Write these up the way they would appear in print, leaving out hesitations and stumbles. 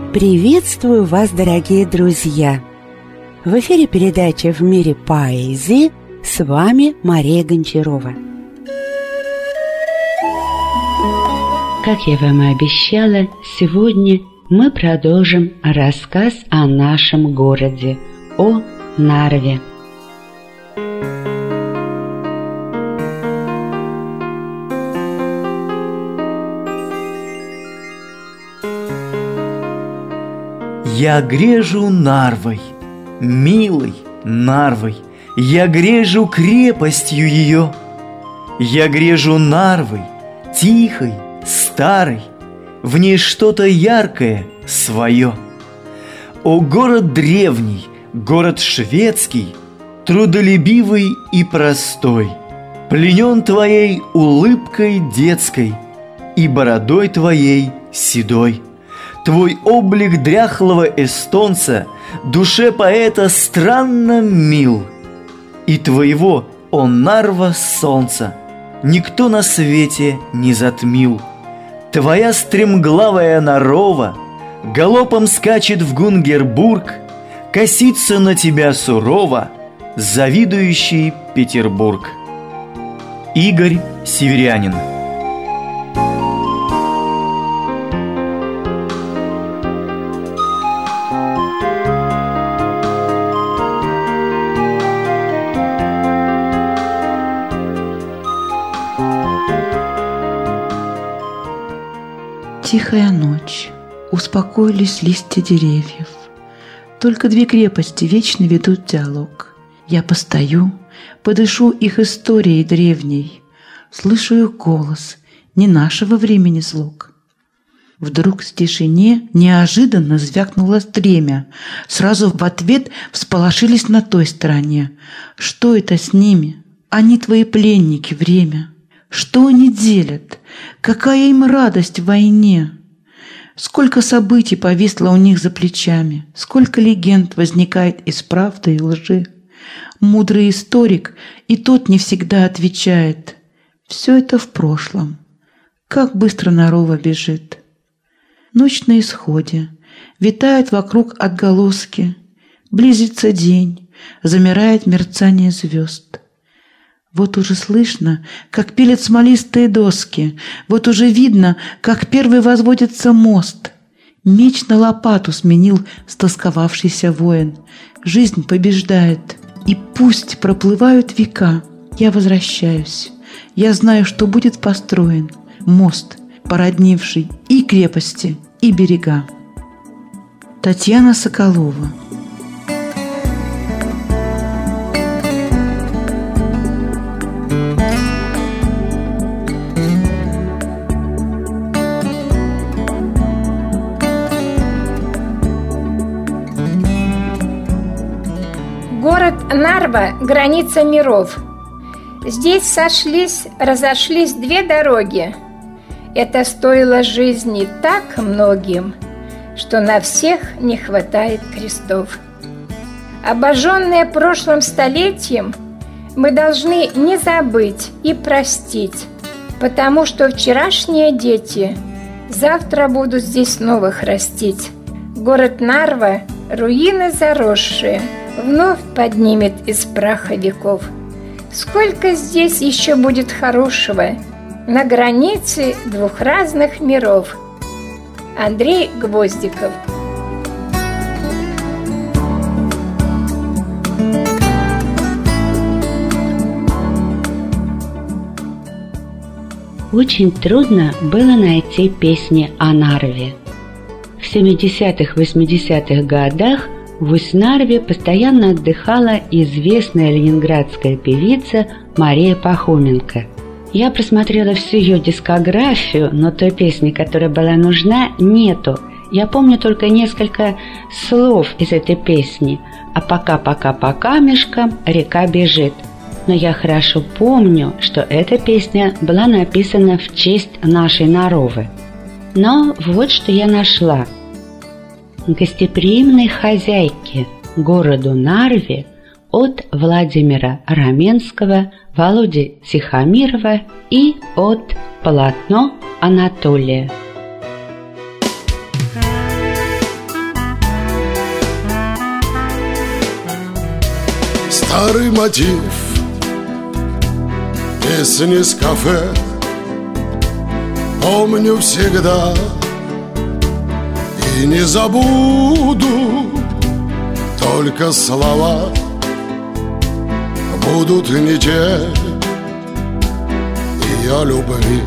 Приветствую вас, дорогие друзья! В эфире передача «В мире поэзии». С вами Мария Гончарова. Как я вам и обещала, сегодня мы продолжим рассказ о нашем городе, о Нарве. Я грежу Нарвой, милой Нарвой, я грежу крепостью ее. Я грежу Нарвой, тихой, старой, в ней что-то яркое свое. О, город древний, город шведский, трудолюбивый и простой, пленен твоей улыбкой детской и бородой твоей седой. Твой облик дряхлого эстонца душе поэта странно мил, и твоего, о Нарва, солнца никто на свете не затмил. Твоя стремглавая Нарова галопом скачет в Гунгербург, косится на тебя сурово завидующий Петербург. Игорь Северянин. Тихая ночь, успокоились листья деревьев. Только две крепости вечно ведут диалог. Я постою, подышу их историей древней, слышу их голос, не нашего времени слуг. Вдруг в тишине неожиданно звякнуло стремя. Сразу в ответ всполошились на той стороне. Что это с ними? Они твои пленники, время. Что они делят? Какая им радость в войне? Сколько событий повисло у них за плечами, сколько легенд возникает из правды и лжи. Мудрый историк и тот не всегда отвечает. Все это в прошлом. Как быстро Нарова бежит. Ночь на исходе, витают вокруг отголоски. Близится день, замирает мерцание звезд. Вот уже слышно, как пилят смолистые доски. Вот уже видно, как первый возводится мост. Меч на лопату сменил стосковавшийся воин. Жизнь побеждает, и пусть проплывают века. Я возвращаюсь. Я знаю, что будет построен мост, породнивший и крепости, и берега. Татьяна Соколова. Город Нарва – граница миров. Здесь разошлись две дороги. Это стоило жизни так многим, что на всех не хватает крестов. Обожженные прошлым столетием, мы должны не забыть и простить, потому что вчерашние дети завтра будут здесь новых растить. Город Нарва, руины заросшие, вновь поднимет из праха веков. Сколько здесь еще будет хорошего на границе двух разных миров. Андрей Гвоздиков. Очень трудно было найти песни о Нарве. В 70-80-х годах в Усть-Нарве постоянно отдыхала известная ленинградская певица Мария Пахоменко. Я просмотрела всю ее дискографию, но той песни, которая была нужна, нету. Я помню только несколько слов из этой песни. «А пока мешком река бежит». Но я хорошо помню, что эта песня была написана в честь нашей Наровы. Но вот что я нашла. Гостеприимной хозяйке городу Нарве от Владимира Раменского, Володи Тихомирова и от Полотно Анатолия. Старый мотив песни с кафе помню всегда и не забуду. Только слова будут не те, и о любви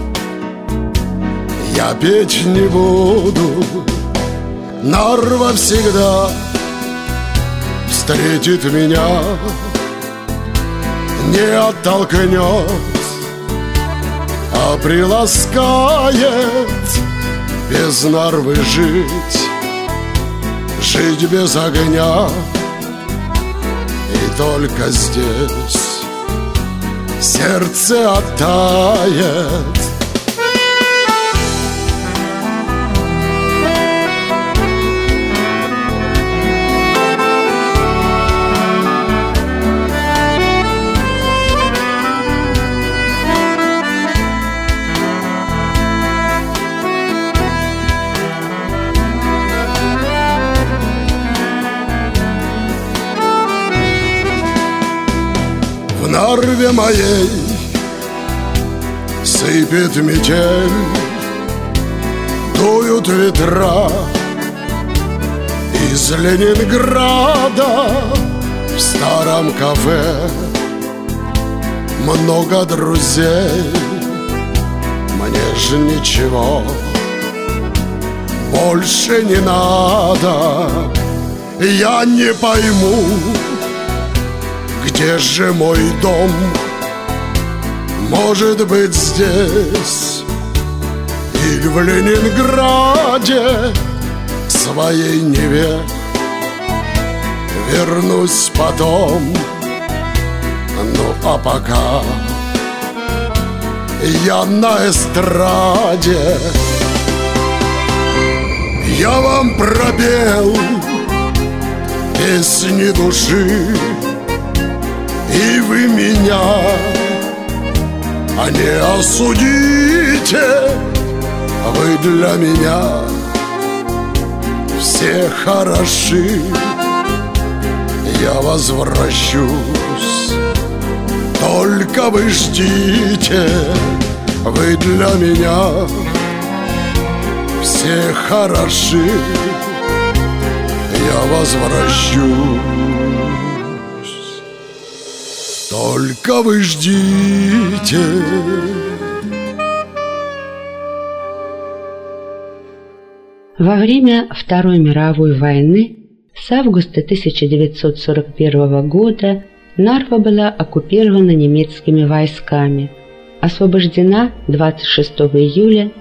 я петь не буду. Нарва всегда встретит меня, не оттолкнет, а приласкает. Без Нарвы жить, жить без огня, и только здесь сердце оттает. В Нарве моей сыпет метель, дуют ветра из Ленинграда. В старом кафе много друзей, мне же ничего больше не надо. Я не пойму, где же мой дом? Может быть, здесь или в Ленинграде. К своей Неве вернусь потом. Ну а пока я на эстраде. Я вам пропел песни души, и вы меня не осудите. Вы для меня все хороши. Я возвращусь, только вы ждите. Вы для меня все хороши. Я возвращусь, только вы ждите. Во время Второй мировой войны с августа 1941 года Нарва была оккупирована немецкими войсками, освобождена 26 июля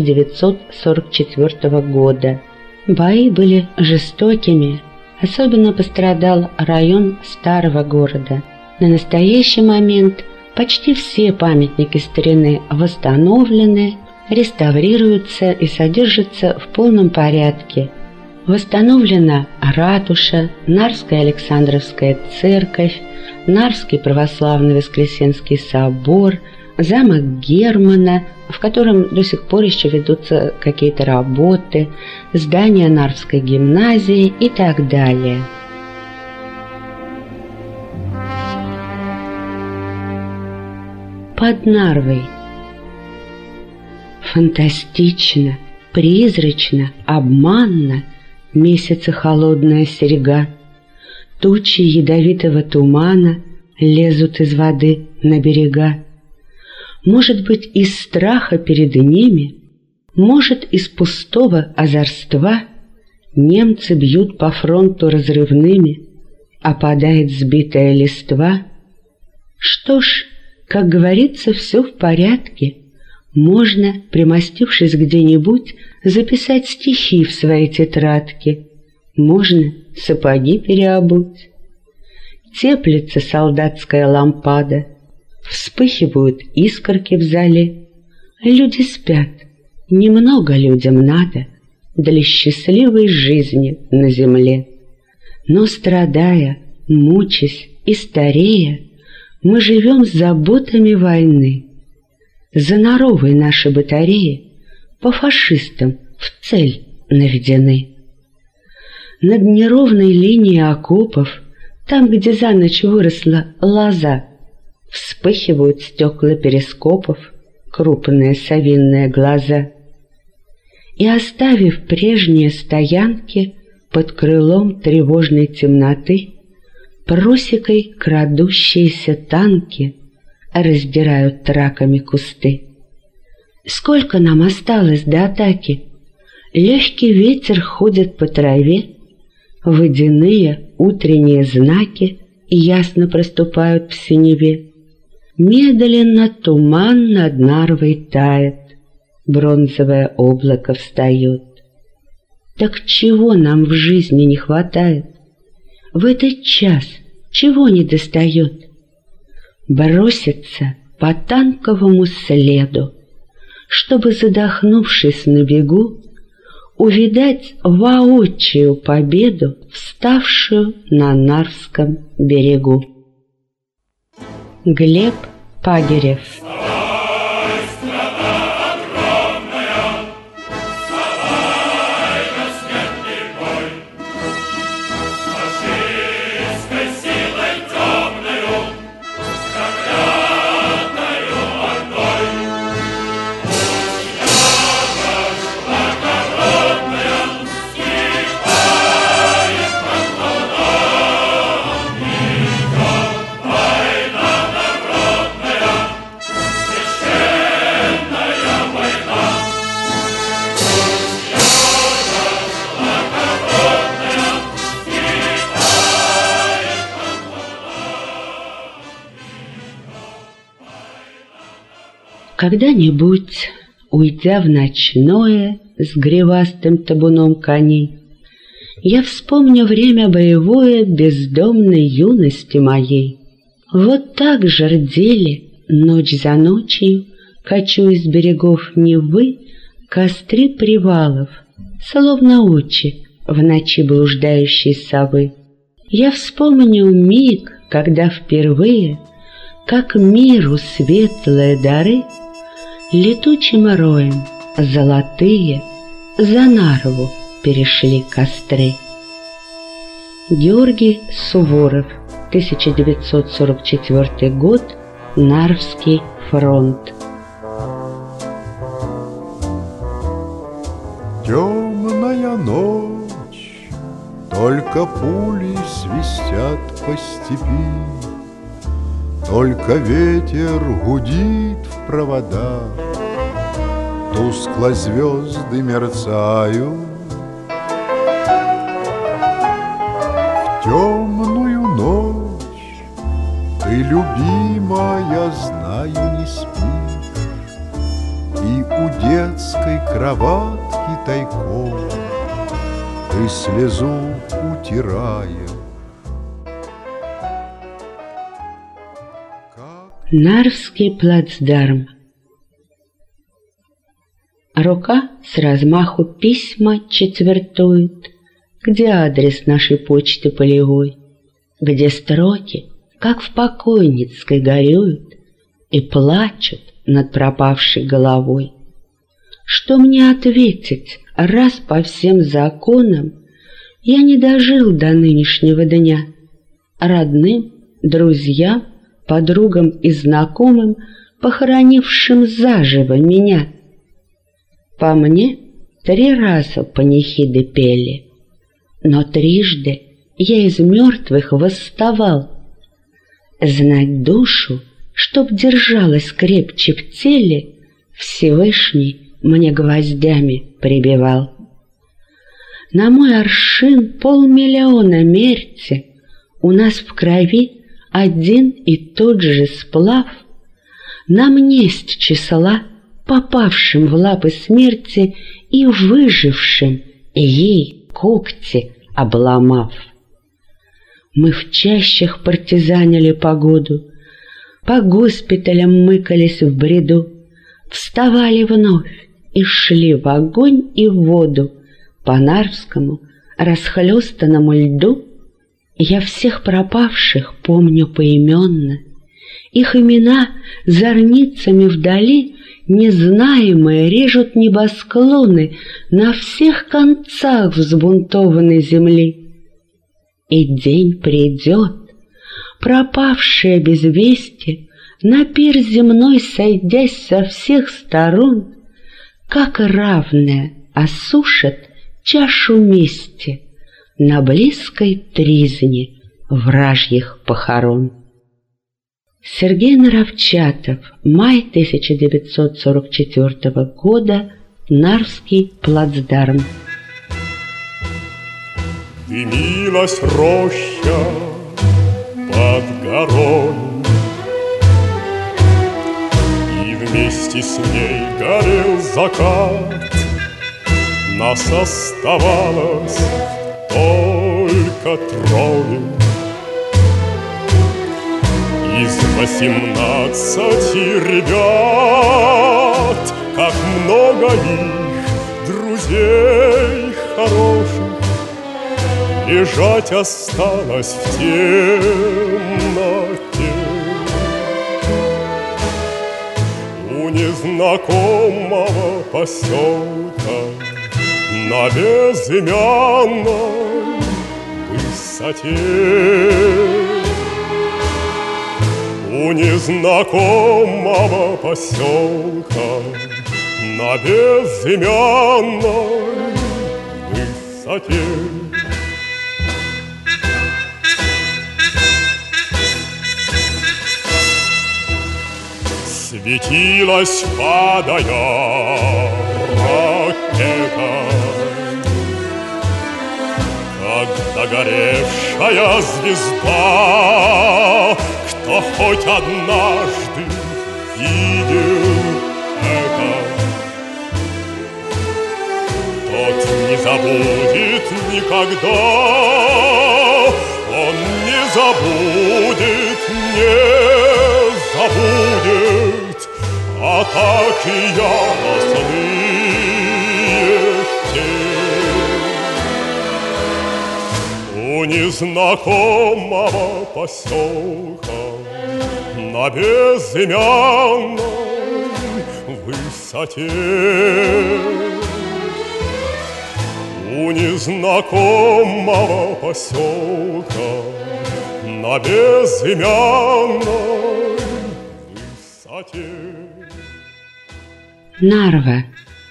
1944 года. Бои были жестокими, особенно пострадал район старого города. На настоящий момент почти все памятники старины восстановлены, реставрируются и содержатся в полном порядке. Восстановлена ратуша, Нарвская Александровская церковь, Нарвский православный Воскресенский собор, замок Германа, в котором до сих пор еще ведутся какие-то работы, здание Нарвской гимназии и так далее. Под Нарвой. Фантастично, призрачно, обманно месяца холодная серьга. Тучи ядовитого тумана лезут из воды на берега. Может быть, из страха перед ними, может, из пустого озорства немцы бьют по фронту разрывными, опадает сбитая листва. Что ж, как говорится, все в порядке. Можно, примостившись где-нибудь, записать стихи в своей тетрадке. Можно сапоги переобуть. Теплится солдатская лампада, вспыхивают искорки в зале. Люди спят, немного людям надо для счастливой жизни на земле. Но страдая, мучаясь и старея, мы живем с заботами войны. За Наровой наши батареи по фашистам в цель наведены. Над неровной линией окопов Там, где за ночь выросла лоза, вспыхивают стекла перископов, крупные совиные глаза. И, оставив прежние стоянки под крылом тревожной темноты, просекой крадущиеся танки раздирают траками кусты. Сколько нам осталось до атаки? Легкий ветер ходит по траве, водяные утренние знаки ясно проступают в синеве. Медленно туман над Нарвой тает, бронзовое облако встает. Так чего нам в жизни не хватает? В этот час чего недостает? Броситься по танковому следу, чтобы, задохнувшись на бегу, увидать воочию победу, вставшую на Нарвском берегу. Глеб Пагирев. Когда-нибудь, уйдя в ночное с гривастым табуном коней, я вспомню время боевое бездомной юности моей. Вот так же рдели ночь за ночью, качу из берегов Невы, костры привалов, словно очи в ночи блуждающей совы. Я вспомню миг, когда впервые, как миру светлые дары, летучим роем золотые за Нарву перешли костры. Георгий Суворов, 1944 год, Нарвский фронт. Темная ночь, только пули свистят по степи, только ветер гудит в проводах, тускло звезды мерцают. В темную ночь ты, любимая, знаю, не спишь, и у детской кроватки тайком ты слезу утираешь. Нарвский плацдарм. Рука с размаху письма четвертует, где адрес нашей почты полевой, где строки, как в покойницкой, горюют и плачут над пропавшей головой. Что мне ответить, раз по всем законам я не дожил до нынешнего дня? Родным, друзьям, подругам и знакомым, похоронившим заживо меня. По мне 3 раза панихиды пели, но трижды я из мертвых восставал. Знать душу, чтоб держалась крепче в теле, Всевышний мне гвоздями прибивал. На мой аршин 500 000 мерьте, у нас в крови один и тот же сплав. Нам несть числа, попавшим в лапы смерти и выжившим, ей когти обломав. Мы в чащах партизанили погоду, по госпиталям мыкались в бреду, вставали вновь и шли в огонь и в воду по Нарвскому расхлёстанному льду. Я всех пропавших помню поименно, их имена зорницами вдали незнаемые режут небосклоны на всех концах взбунтованной земли. и день придет, пропавшая без вести, на пир земной сойдясь со всех сторон, как равная осушит чашу мести на близкой тризне вражьих похорон. Сергей Наровчатов, май 1944 года, Нарвский плацдарм. Дымилась роща под горой, и вместе с ней горел закат. Нас оставалось только трое из 18 ребят. Как много их, друзей хороших, лежать осталось в темноте. У незнакомого поселка на безымянной высоте. У незнакомого поселка на безымянной высоте. Светилась, падая, ракета, как догоревшая звезда. Кто хоть однажды видел это, тот не забудет никогда. Он не забудет, не забудет атаки яростные те. У незнакомого поселка на безымянной высоте. У незнакомого поселка на безымянной высоте. Нарва.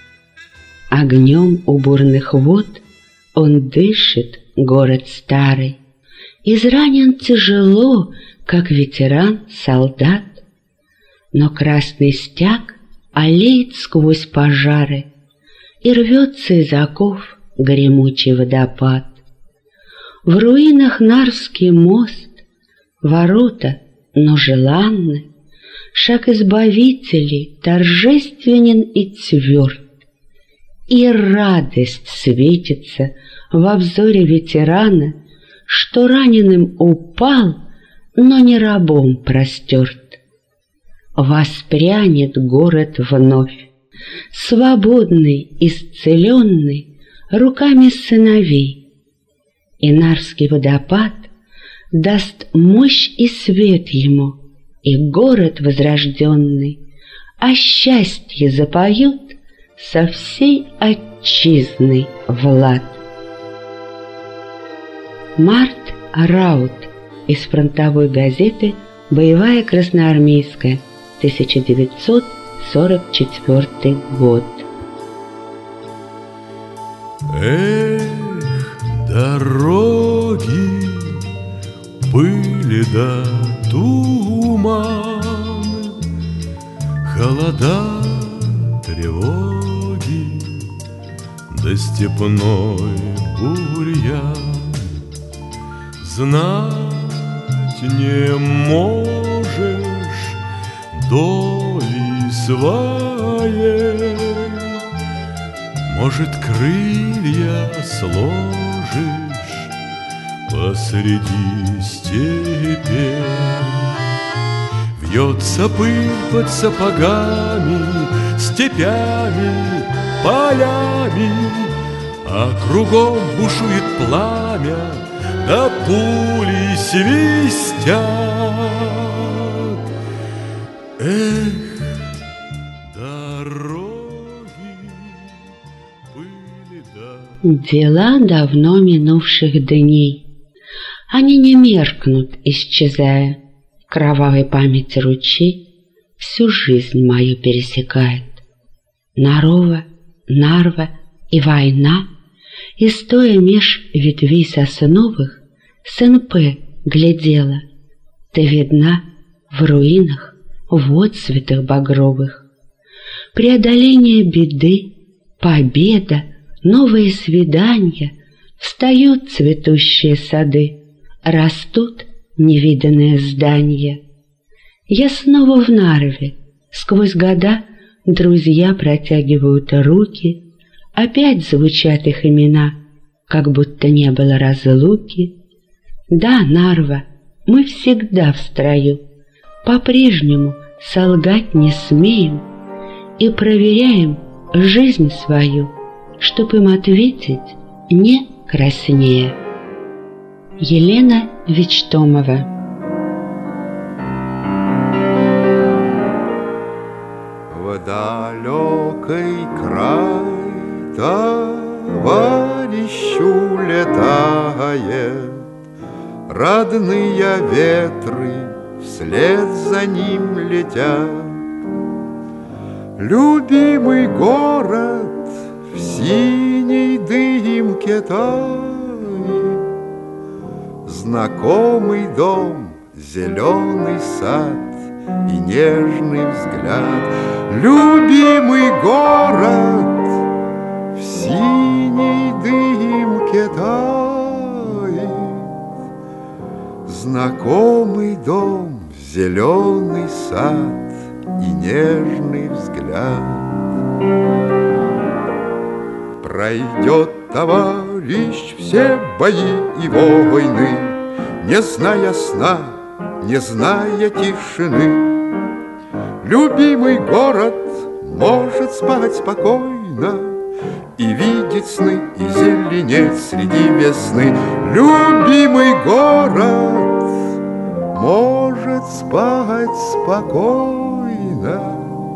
Огнем у бурных вод он дышит, город старый, изранен тяжело, как ветеран-солдат. Но красный стяг аллеет сквозь пожары, и рвется из оков гремучий водопад. В руинах Нарвский мост, ворота, но желанны, шаг избавителей торжественен и тверд, и радость светится во взоре ветерана, что раненым упал, но не рабом простерт. Воспрянет город вновь, свободный, исцеленный руками сыновей, и Нарвский водопад даст мощь и свет ему, и город возрожденный о счастье запоют со всей отчизной Влад. Март Раут из фронтовой газеты «Боевая красноармейская», 1944 год. Эх, дороги, пыли да туман, холода, тревоги, да степной бурьян. Знать не можешь доли своей, может, крылья сложишь посреди степи. Вьется пыль под сапогами, степями, полями, а кругом бушует пламя, да пули свистят. Эх, дороги, пыли да... Дела давно минувших дней. Они не меркнут, исчезая. Кровавой памяти ручей всю жизнь мою пересекает. Нарова, Нарва и война, и стоя меж ветвей сосновых, СНП глядела, ты видна в руинах, в отцветах багровых. Преодоление беды, победа, новые свидания, встают цветущие сады, растут невиданные здания. Я снова в Нарве, сквозь года друзья протягивают руки, опять звучат их имена, как будто не было разлуки. Да, Нарва, мы всегда в строю, по-прежнему солгать не смеем и проверяем жизнь свою, чтоб им ответить не краснее. Елена Вичтомова. В далекий край товарищу летает, родные ветры вслед за ним летят. Любимый город в синей дымке тает, знакомый дом, зеленый сад и нежный взгляд. Любимый город в синей дымке тает, знакомый дом, зеленый сад и нежный взгляд. Пройдет товарищ все бои и войны, не зная сна, не зная тишины. Любимый город может спать спокойно и видеть сны, и зеленеть среди весны. Любимый город может спать спокойно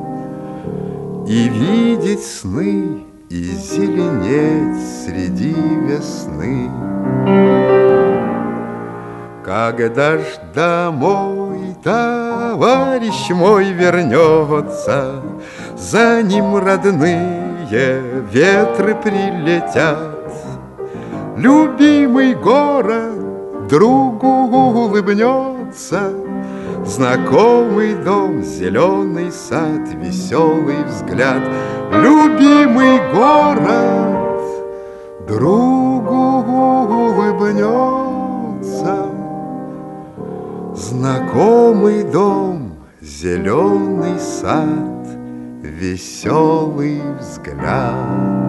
и видеть сны, и зеленеть среди весны. Когда ж домой товарищ мой вернется, за ним родные ветры прилетят. Любимый город другу улыбнется, знакомый дом, зеленый сад, веселый взгляд. Любимый город другу улыбнется, знакомый дом, зеленый сад, веселый взгляд.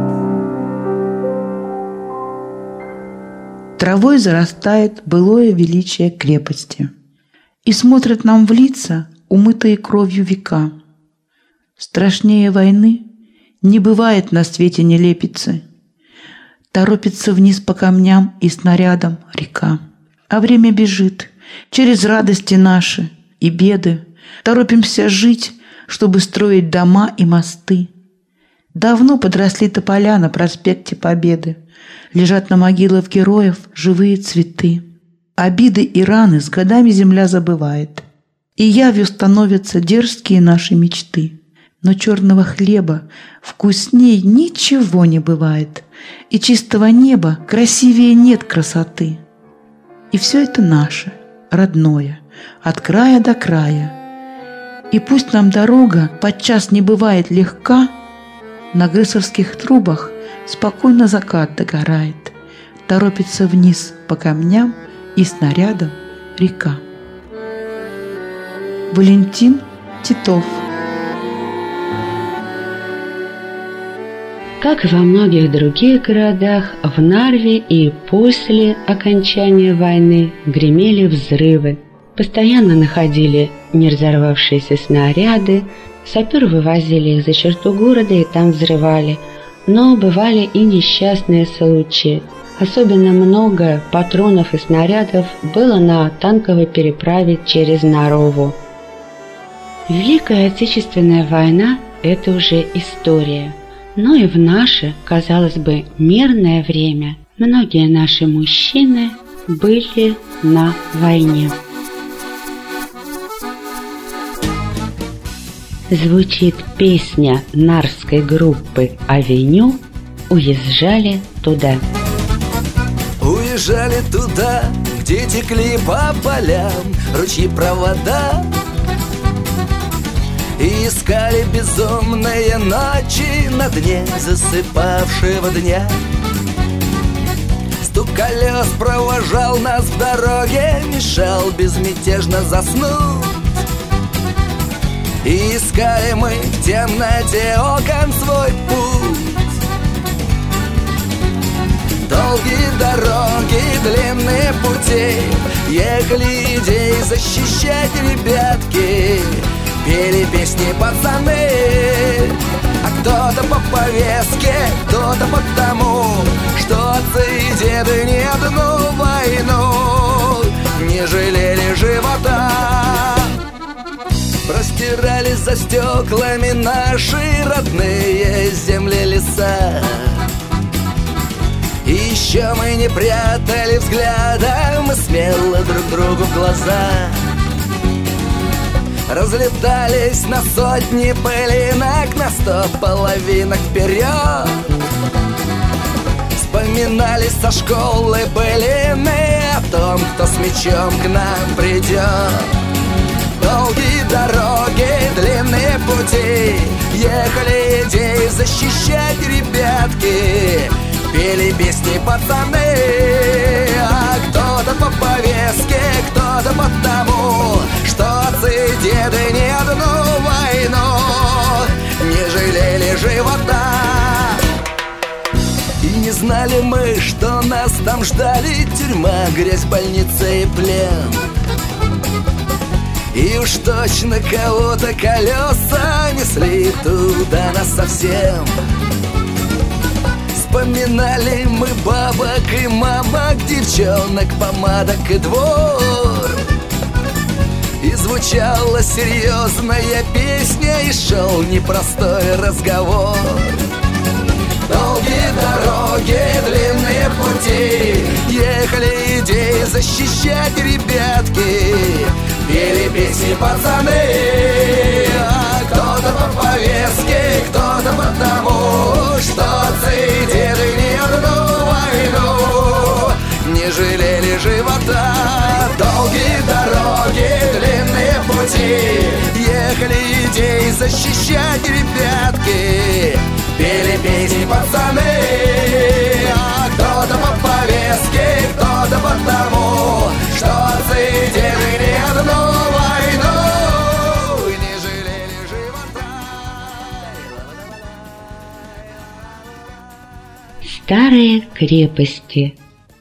Травой зарастает былое величие крепости, и смотрят нам в лица умытые кровью века. Страшнее войны не бывает на свете нелепицы. Торопится вниз по камням и снарядам река. А время бежит через радости наши и беды. Торопимся жить, чтобы строить дома и мосты. Давно подросли тополя на проспекте Победы. Лежат на могилах героев живые цветы. Обиды и раны с годами земля забывает, и явью становятся дерзкие наши мечты. Но черного хлеба вкусней ничего не бывает, и чистого неба красивее нет красоты. И все это наше, родное, от края до края. И пусть нам дорога подчас не бывает легка, на грысовских трубах спокойно закат догорает, торопится вниз по камням и снарядом река. Валентин Титов. Как и во многих других городах, в Нарве и после окончания войны гремели взрывы. Постоянно находили неразорвавшиеся снаряды, саперы вывозили их за черту города и там взрывали. Но бывали и несчастные случаи. Особенно много патронов и снарядов было на танковой переправе через Нарову. Великая Отечественная война – это уже история. Но и в наше, казалось бы, мирное время многие наши мужчины были на войне. Звучит песня нарвской группы «Авеню» «Уезжали туда». Уезжали туда, где текли по полям ручьи провода, и искали безумные ночи на дне засыпавшего дня. Стук колес провожал нас в дороге, мешал безмятежно заснуть. И искали мы в темноте окон свой путь. Долгие дороги, длинные пути, ехали идеи защищать ребятки. Пели песни пацаны, а кто-то по повестке, кто-то потому, что отцы и деды не одну войну не жалели живота. Простирались за стеклами наши родные земли, леса. И еще мы не прятали взгляда, мы смело друг другу в глаза. Разлетались на сотни пылинок, на 100 половинок вперед. Вспоминались со школы былины о том, кто с мечом к нам придет. Долгие дороги, длинные пути, ехали идеи защищать ребятки. Пели песни пацаны, а кто-то по повестке, кто-то потому, что отцы и деды не одну войну не жалели живота. И не знали мы, что нас там ждали тюрьма, грязь, больница и плен. И уж точно кого-то колеса несли туда нас совсем. Вспоминали мы бабок и мамок, девчонок, помадок и двор. И звучала серьезная песня, и шел непростой разговор. Долгие дороги, длинные пути, ехали идеи защищать ребятки. Пели песни пацаны, а кто-то по повестке, кто-то потому, что отцы и деды не одну войну не жалели живота. Долгие дороги, длинные пути, ехали идеи защищать ребятки. Пели песни пацаны, а кто-то по повестке, кто-то потому, что отцы и деды не одну войну не жалели живота. Старые крепости.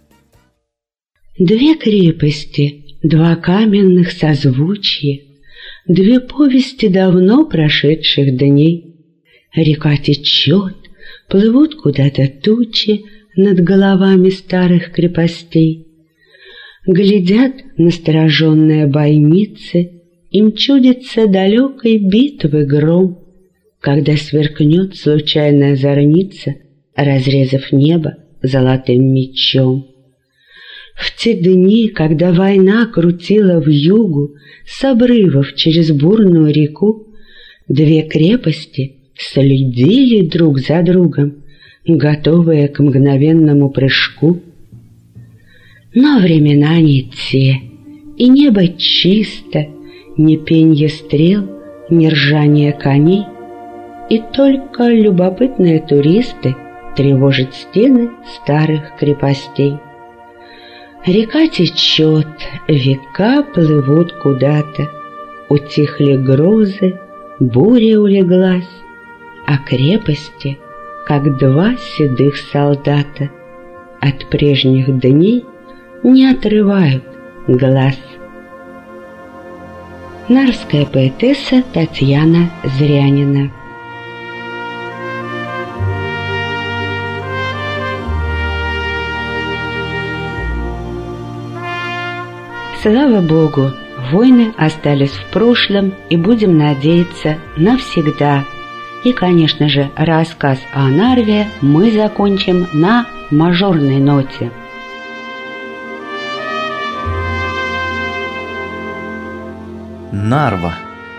Две крепости, два каменных созвучья, две повести давно прошедших дней. Река течет, плывут куда-то тучи над головами старых крепостей. Глядят настороженные бойницы, им чудится далекой битвы гром, когда сверкнет случайная зорница, разрезав небо золотым мечом. В те дни, когда война крутила вьюгу с обрывов через бурную реку, две крепости следили друг за другом, готовые к мгновенному прыжку. Но времена не те, и небо чисто, ни пенья стрел, ни ржания коней, и только любопытные туристы тревожат стены старых крепостей. Река течет, века плывут куда-то, утихли грозы, буря улеглась, а крепости, как два седых солдата, от прежних дней не отрывают глаз. Нарвская поэтесса Татьяна Зрянина. Слава Богу, войны остались в прошлом и, будем надеяться, навсегда. И, конечно же, рассказ о Нарве мы закончим на мажорной ноте. Нарва.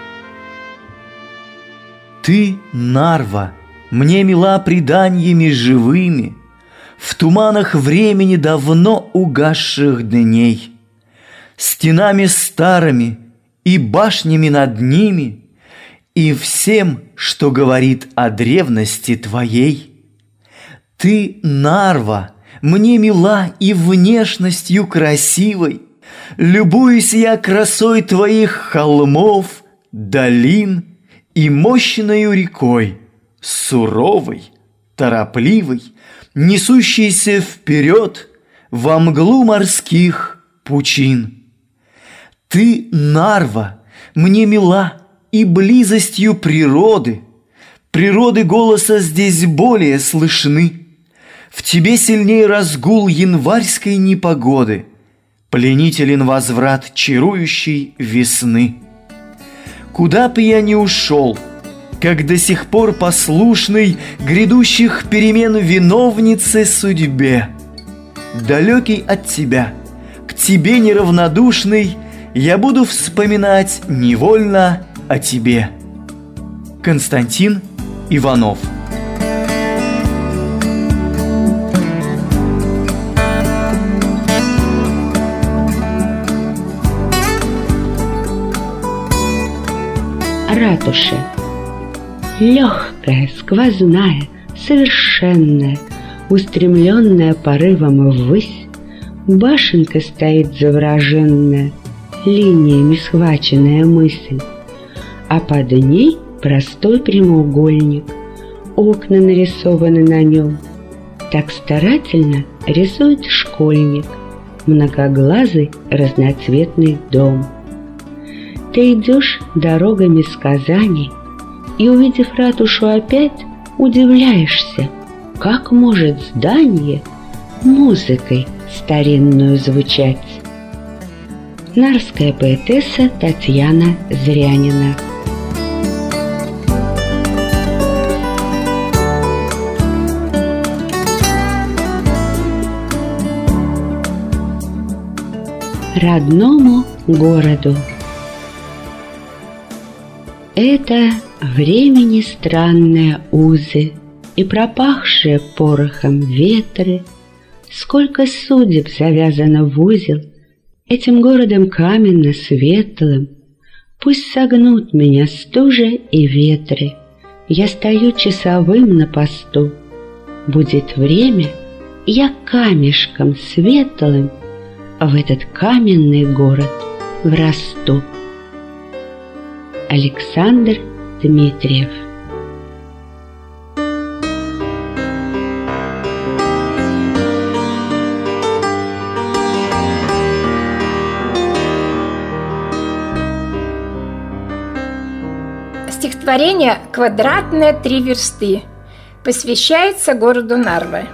Ты, Нарва, мне мила преданиями живыми, в туманах времени давно угасших дней, стенами старыми и башнями над ними, и всем, что говорит о древности твоей. Ты, Нарва, мне мила и внешностью красивой, любуюсь я красой твоих холмов, долин и мощною рекой, суровой, торопливой, несущейся вперед во мглу морских пучин. Ты, Нарва, мне мила и близостью природы, природы голоса здесь более слышны. В тебе сильнее разгул январской непогоды, пленителен возврат чарующей весны. Куда б я ни ушел, как до сих пор послушный грядущих перемен виновнице судьбе, далекий от тебя, к тебе неравнодушный, я буду вспоминать невольно о тебе. Константин Иванов. Ратуша. Легкая, сквозная, совершенная, устремленная порывом ввысь, башенка стоит завороженная, линиями схваченная мысль, а под ней простой прямоугольник, окна нарисованы на нем. Так старательно рисует школьник многоглазый разноцветный дом. Ты идешь дорогами сказаний и, увидев ратушу опять, удивляешься, как может здание музыкой старинную звучать. Нарвская поэтесса Татьяна Зрянина. Родному городу. Это времени странные узы и пропахшие порохом ветры, сколько судеб завязано в узел этим городом каменно-светлым. Пусть согнут меня стужа и ветры, я стою часовым на посту. Будет время, я камешком светлым в этот каменный город врасту. Александр Дмитриев. Стихотворение «Квадратные 3 версты» посвящается городу Нарва.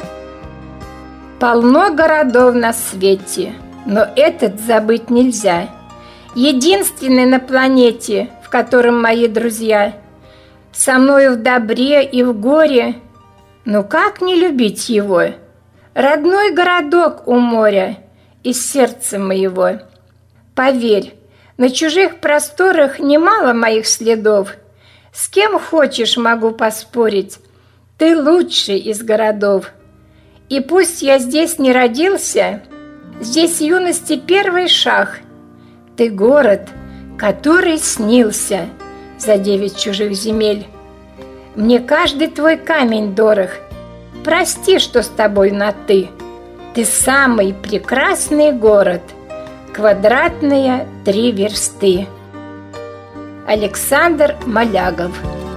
Полно городов на свете, но этот забыть нельзя. Единственный на планете, в котором мои друзья, со мною в добре и в горе. Ну как не любить его? Родной городок у моря из сердца моего. Поверь, на чужих просторах немало моих следов. С кем хочешь, могу поспорить, ты лучший из городов. И пусть я здесь не родился, здесь юности первый шаг. Ты город, который снился за 9 чужих земель. Мне каждый твой камень дорог. Прости, что с тобой на «ты». Ты самый прекрасный город. Квадратные 3 версты. Александр Малягов.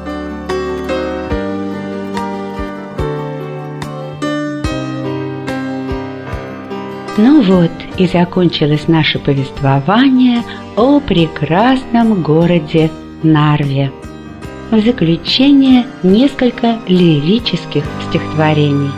Ну вот и закончилось наше повествование о прекрасном городе Нарве. В заключение несколько лирических стихотворений.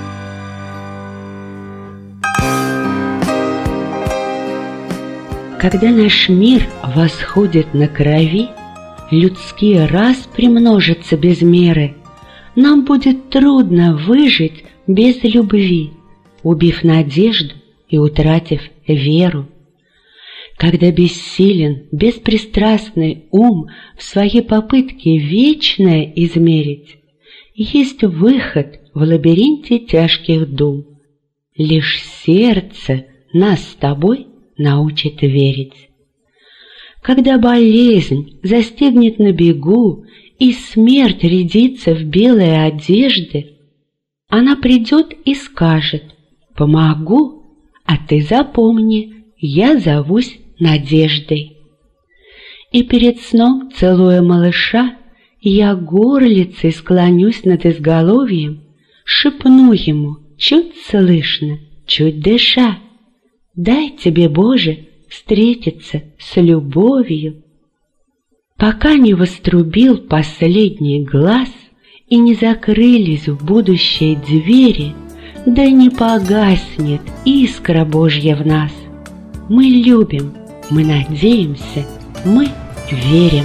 Когда наш мир восходит на крови, людские распри множатся без меры, нам будет трудно выжить без любви, убив надежду и утратив веру. Когда бессилен беспристрастный ум в своей попытке вечное измерить, есть выход в лабиринте тяжких дум. Лишь сердце нас с тобой научит верить. Когда болезнь застигнет на бегу и смерть рядится в белые одежды, она придет и скажет: «Помогу, а ты запомни, я зовусь Надеждой». И перед сном, целуя малыша, я горлицей склонюсь над изголовьем, шепну ему, чуть слышно, чуть дыша: «Дай тебе, Боже, встретиться с любовью». Пока не вострубил последний глаз и не закрылись в будущее двери, да не погаснет искра Божья в нас. Мы любим, мы надеемся, мы верим.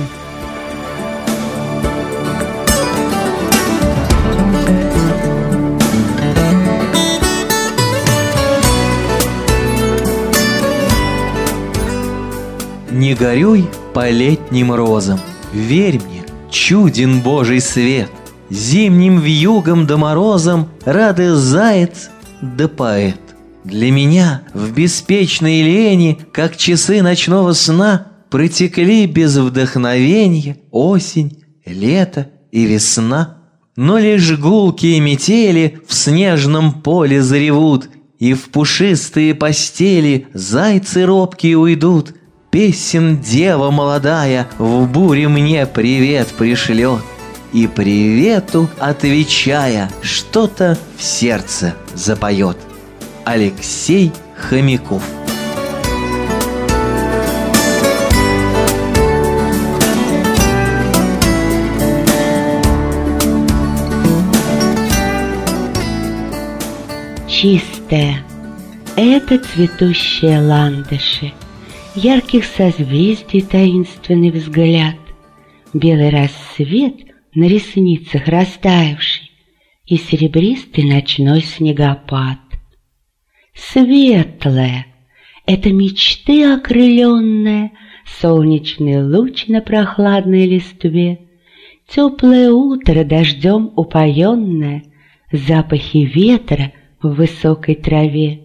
Не горюй по летним розам, верь мне, чуден Божий свет. Зимним вьюгом да морозом рады заяц да поэт. Для меня в беспечной лени, как часы ночного сна, протекли без вдохновенья осень, лето и весна. Но лишь гулкие метели в снежном поле заревут, и в пушистые постели зайцы робкие уйдут. Песен дева молодая в буре мне привет пришлет, и привету отвечая что-то в сердце запоет. Алексей Хомяков. Чистая — это цветущие ландыши, ярких созвездий таинственный взгляд, белый рассвет на ресницах растаявший и серебристый ночной снегопад. Светлое — это мечты окрыленные, солнечный луч на прохладной листве, теплое утро дождем упоенное, запахи ветра в высокой траве.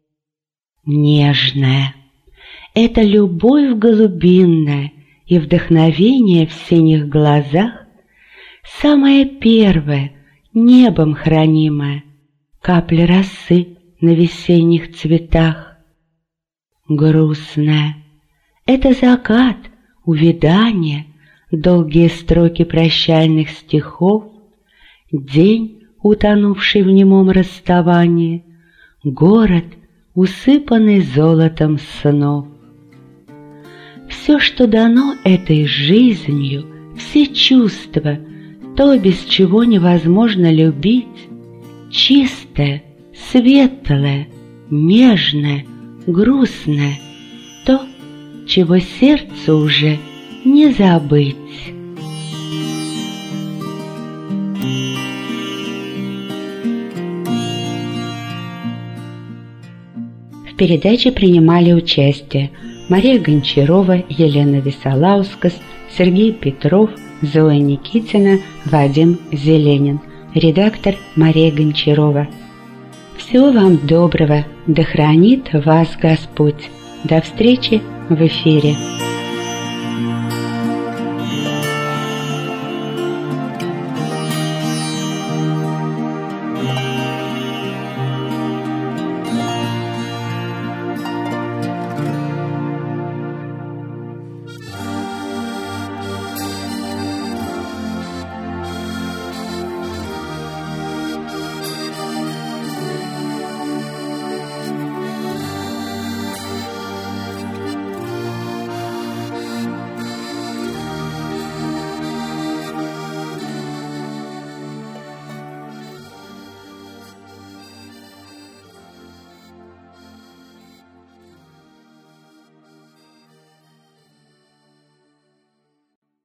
Нежное — это любовь голубинная и вдохновение в синих глазах, самое первое, небом хранимое, капли росы на весенних цветах. Грустное — это закат, увядание, долгие строки прощальных стихов, день, утонувший в немом расставании, город, усыпанный золотом снов. Все, что дано этой жизнью, все чувства, то, без чего невозможно любить, чистое, светлое, нежное, грустное, то, чего сердцу уже не забыть. В передаче принимали участие Мария Гончарова, Елена Висолаускас, Сергей Петров, Зоя Никитина, Вадим Зеленин. Редактор Мария Гончарова. Всего вам доброго, да хранит вас Господь. До встречи в эфире.